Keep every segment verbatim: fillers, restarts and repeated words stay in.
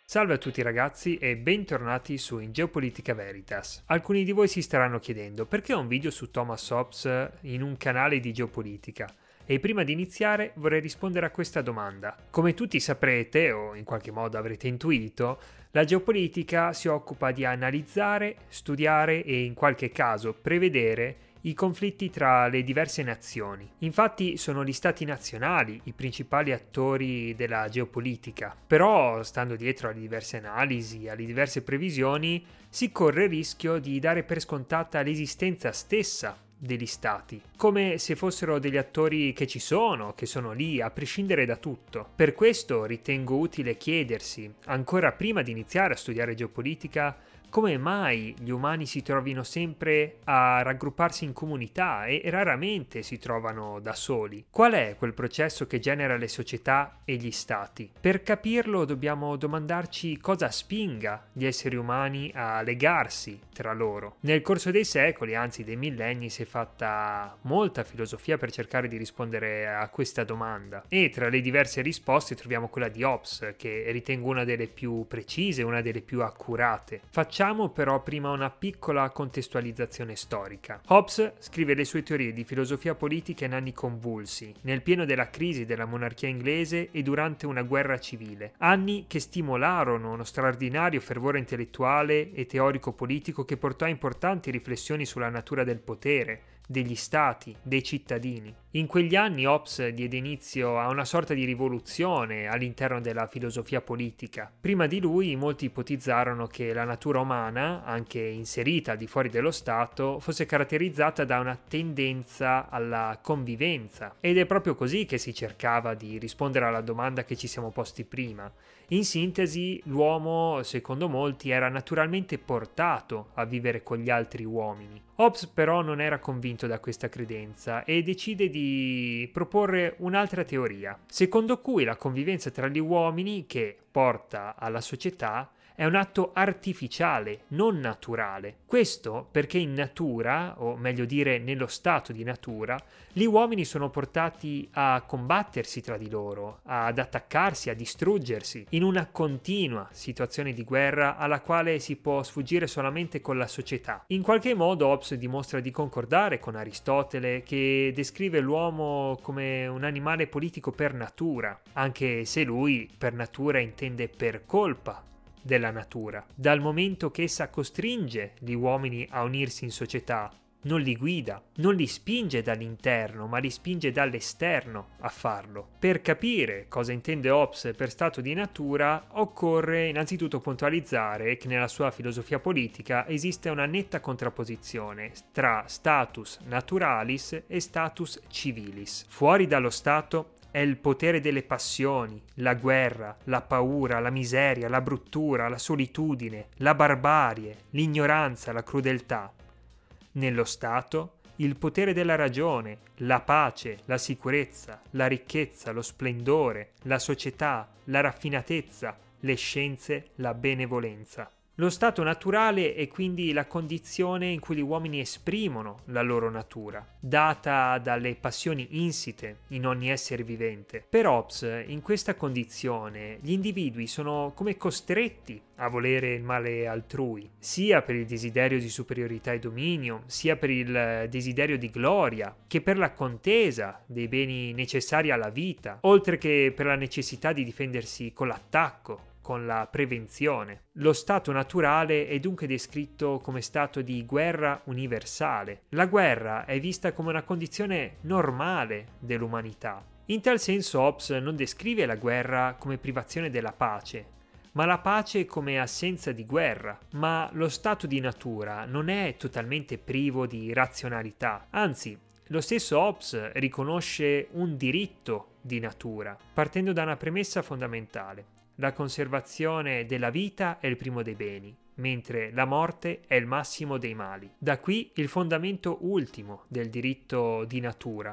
Salve a tutti ragazzi e bentornati su In Geopolitica Veritas. Alcuni di voi si staranno chiedendo perché ho un video su Thomas Hobbes in un canale di geopolitica. E prima di iniziare vorrei rispondere a questa domanda. Come tutti saprete, o in qualche modo avrete intuito, la geopolitica si occupa di analizzare, studiare e in qualche caso prevedere i conflitti tra le diverse nazioni. Infatti sono gli stati nazionali i principali attori della geopolitica, però stando dietro alle diverse analisi, alle diverse previsioni, si corre il rischio di dare per scontata l'esistenza stessa degli stati, come se fossero degli attori che ci sono, che sono lì, a prescindere da tutto. Per questo ritengo utile chiedersi, ancora prima di iniziare a studiare geopolitica, come mai gli umani si trovino sempre a raggrupparsi in comunità e raramente si trovano da soli? Qual è quel processo che genera le società e gli stati? Per capirlo dobbiamo domandarci cosa spinga gli esseri umani a legarsi tra loro. Nel corso dei secoli, anzi dei millenni, si è fatta molta filosofia per cercare di rispondere a questa domanda e tra le diverse risposte troviamo quella di Hobbes, che ritengo una delle più precise, una delle più accurate. Facciamo Facciamo però prima una piccola contestualizzazione storica. Hobbes scrive le sue teorie di filosofia politica in anni convulsi, nel pieno della crisi della monarchia inglese e durante una guerra civile, anni che stimolarono uno straordinario fervore intellettuale e teorico-politico che portò a importanti riflessioni sulla natura del potere, degli stati, dei cittadini. In quegli anni Hobbes diede inizio a una sorta di rivoluzione all'interno della filosofia politica. Prima di lui molti ipotizzarono che la natura umana, anche inserita al di fuori dello Stato, fosse caratterizzata da una tendenza alla convivenza. Ed è proprio così che si cercava di rispondere alla domanda che ci siamo posti prima. In sintesi, l'uomo, secondo molti, era naturalmente portato a vivere con gli altri uomini. Hobbes però non era convinto da questa credenza e decide di proporre un'altra teoria, secondo cui la convivenza tra gli uomini, che porta alla società, è un atto artificiale, non naturale. Questo perché in natura, o meglio dire nello stato di natura, gli uomini sono portati a combattersi tra di loro, ad attaccarsi, a distruggersi, in una continua situazione di guerra alla quale si può sfuggire solamente con la società. In qualche modo Hobbes dimostra di concordare con Aristotele, che descrive l'uomo come un animale politico per natura, anche se lui per natura intende per colpa della natura, dal momento che essa costringe gli uomini a unirsi in società, non li guida, non li spinge dall'interno, ma li spinge dall'esterno a farlo. Per capire cosa intende Hobbes per stato di natura, occorre innanzitutto puntualizzare che nella sua filosofia politica esiste una netta contrapposizione tra status naturalis e status civilis. Fuori dallo Stato è il potere delle passioni, la guerra, la paura, la miseria, la bruttura, la solitudine, la barbarie, l'ignoranza, la crudeltà. Nello Stato, il potere della ragione, la pace, la sicurezza, la ricchezza, lo splendore, la società, la raffinatezza, le scienze, la benevolenza. Lo stato naturale è quindi la condizione in cui gli uomini esprimono la loro natura, data dalle passioni insite in ogni essere vivente. Per Hobbes, in questa condizione, gli individui sono come costretti a volere il male altrui, sia per il desiderio di superiorità e dominio, sia per il desiderio di gloria, che per la contesa dei beni necessari alla vita, oltre che per la necessità di difendersi con l'attacco, con la prevenzione. Lo stato naturale è dunque descritto come stato di guerra universale. La guerra è vista come una condizione normale dell'umanità. In tal senso Hobbes non descrive la guerra come privazione della pace, ma la pace come assenza di guerra. Ma lo stato di natura non è totalmente privo di razionalità, anzi, lo stesso Hobbes riconosce un diritto di natura, partendo da una premessa fondamentale. La conservazione della vita è il primo dei beni, mentre la morte è il massimo dei mali. Da qui il fondamento ultimo del diritto di natura,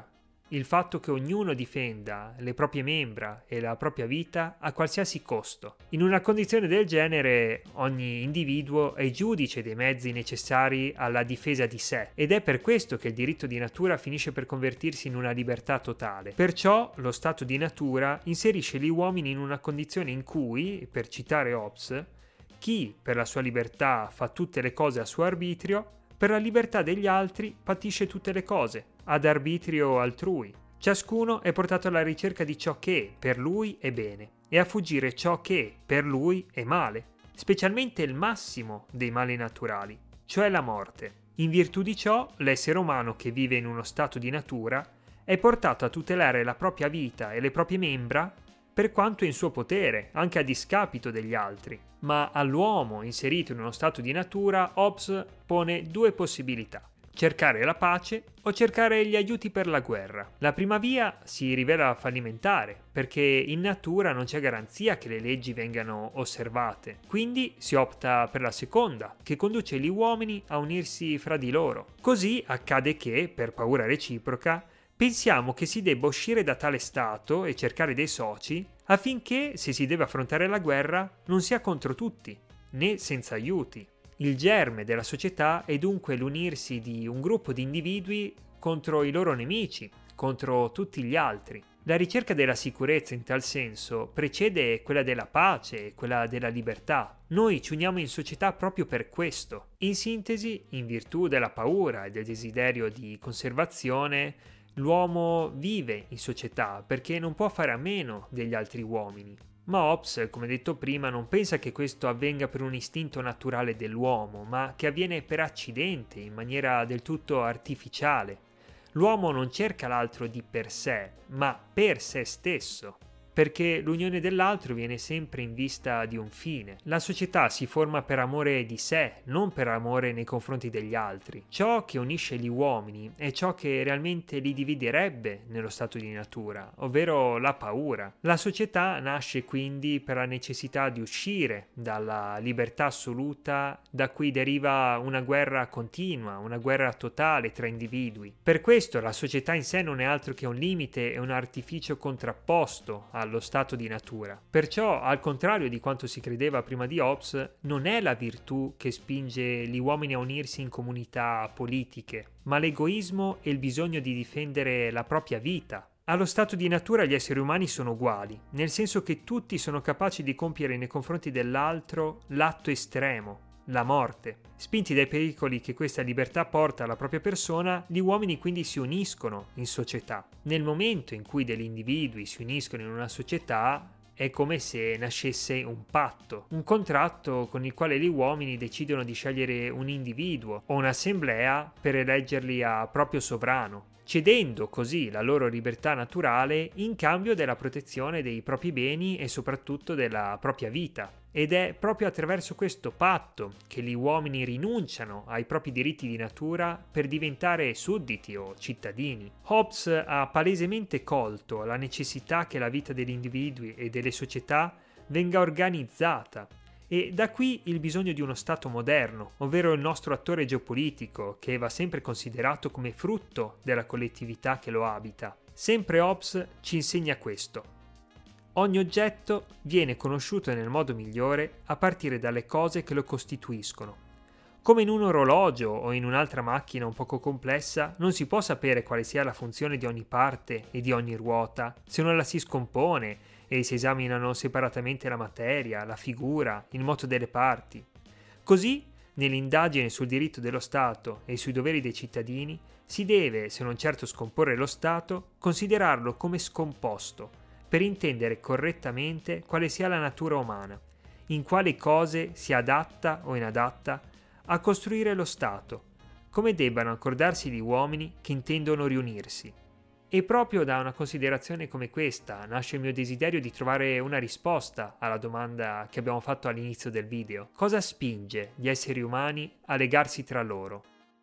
il fatto che ognuno difenda le proprie membra e la propria vita a qualsiasi costo. In una condizione del genere, ogni individuo è giudice dei mezzi necessari alla difesa di sé, ed è per questo che il diritto di natura finisce per convertirsi in una libertà totale. Perciò lo stato di natura inserisce gli uomini in una condizione in cui, per citare Hobbes, chi per la sua libertà fa tutte le cose a suo arbitrio, per la libertà degli altri patisce tutte le cose, ad arbitrio altrui. Ciascuno è portato alla ricerca di ciò che per lui è bene e a fuggire ciò che per lui è male, specialmente il massimo dei mali naturali, cioè la morte. In virtù di ciò, l'essere umano che vive in uno stato di natura è portato a tutelare la propria vita e le proprie membra per quanto è in suo potere, anche a discapito degli altri. Ma all'uomo inserito in uno stato di natura, Hobbes pone due possibilità: cercare la pace o cercare gli aiuti per la guerra. La prima via si rivela fallimentare, perché in natura non c'è garanzia che le leggi vengano osservate. Quindi si opta per la seconda, che conduce gli uomini a unirsi fra di loro. Così accade che, per paura reciproca, pensiamo che si debba uscire da tale stato e cercare dei soci affinché, se si deve affrontare la guerra, non sia contro tutti, né senza aiuti. Il germe della società è dunque l'unirsi di un gruppo di individui contro i loro nemici, contro tutti gli altri. La ricerca della sicurezza in tal senso precede quella della pace e quella della libertà. Noi ci uniamo in società proprio per questo. In sintesi, in virtù della paura e del desiderio di conservazione, l'uomo vive in società perché non può fare a meno degli altri uomini. Ma Hobbes, come detto prima, non pensa che questo avvenga per un istinto naturale dell'uomo, ma che avviene per accidente, in maniera del tutto artificiale. L'uomo non cerca l'altro di per sé, ma per sé stesso, perché l'unione dell'altro viene sempre in vista di un fine. La società si forma per amore di sé, non per amore nei confronti degli altri. Ciò che unisce gli uomini è ciò che realmente li dividerebbe nello stato di natura, ovvero la paura. La società nasce quindi per la necessità di uscire dalla libertà assoluta da cui deriva una guerra continua, una guerra totale tra individui. Per questo la società in sé non è altro che un limite e un artificio contrapposto a allo stato di natura. Perciò, al contrario di quanto si credeva prima di Hobbes, non è la virtù che spinge gli uomini a unirsi in comunità politiche, ma l'egoismo e il bisogno di difendere la propria vita. Allo stato di natura gli esseri umani sono uguali, nel senso che tutti sono capaci di compiere nei confronti dell'altro l'atto estremo, la morte. Spinti dai pericoli che questa libertà porta alla propria persona, gli uomini quindi si uniscono in società. Nel momento in cui degli individui si uniscono in una società, è come se nascesse un patto, un contratto con il quale gli uomini decidono di scegliere un individuo o un'assemblea per eleggerli a proprio sovrano, cedendo così la loro libertà naturale in cambio della protezione dei propri beni e soprattutto della propria vita. Ed è proprio attraverso questo patto che gli uomini rinunciano ai propri diritti di natura per diventare sudditi o cittadini. Hobbes ha palesemente colto la necessità che la vita degli individui e delle società venga organizzata, e da qui il bisogno di uno Stato moderno, ovvero il nostro attore geopolitico, che va sempre considerato come frutto della collettività che lo abita. Sempre Hobbes ci insegna questo. Ogni oggetto viene conosciuto nel modo migliore a partire dalle cose che lo costituiscono. Come in un orologio o in un'altra macchina un poco complessa, non si può sapere quale sia la funzione di ogni parte e di ogni ruota se non la si scompone e si esaminano separatamente la materia, la figura, il moto delle parti. Così, nell'indagine sul diritto dello Stato e sui doveri dei cittadini, si deve, se non certo scomporre lo Stato, considerarlo come scomposto, per intendere correttamente quale sia la natura umana, in quali cose sia adatta o inadatta a costruire lo Stato, come debbano accordarsi gli uomini che intendono riunirsi. E proprio da una considerazione come questa nasce il mio desiderio di trovare una risposta alla domanda che abbiamo fatto all'inizio del video. Cosa spinge gli esseri umani a legarsi tra loro?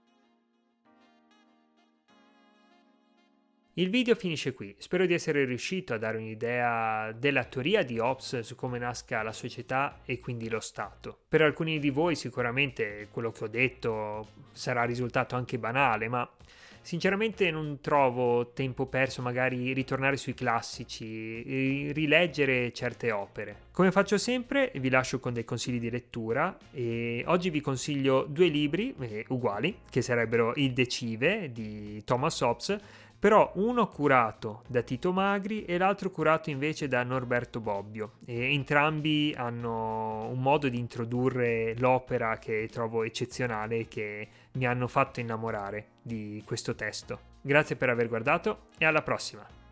Il video finisce qui, spero di essere riuscito a dare un'idea della teoria di Hobbes su come nasca la società e quindi lo Stato. Per alcuni di voi sicuramente quello che ho detto sarà risultato anche banale, ma Sinceramente non trovo tempo perso magari ritornare sui classici, rileggere certe opere. Come faccio sempre, vi lascio con dei consigli di lettura e oggi vi consiglio due libri eh, uguali, che sarebbero Il Decive di Thomas Hobbes, però uno curato da Tito Magri e l'altro curato invece da Norberto Bobbio, e entrambi hanno un modo di introdurre l'opera che trovo eccezionale e che mi hanno fatto innamorare di questo testo. Grazie per aver guardato e alla prossima!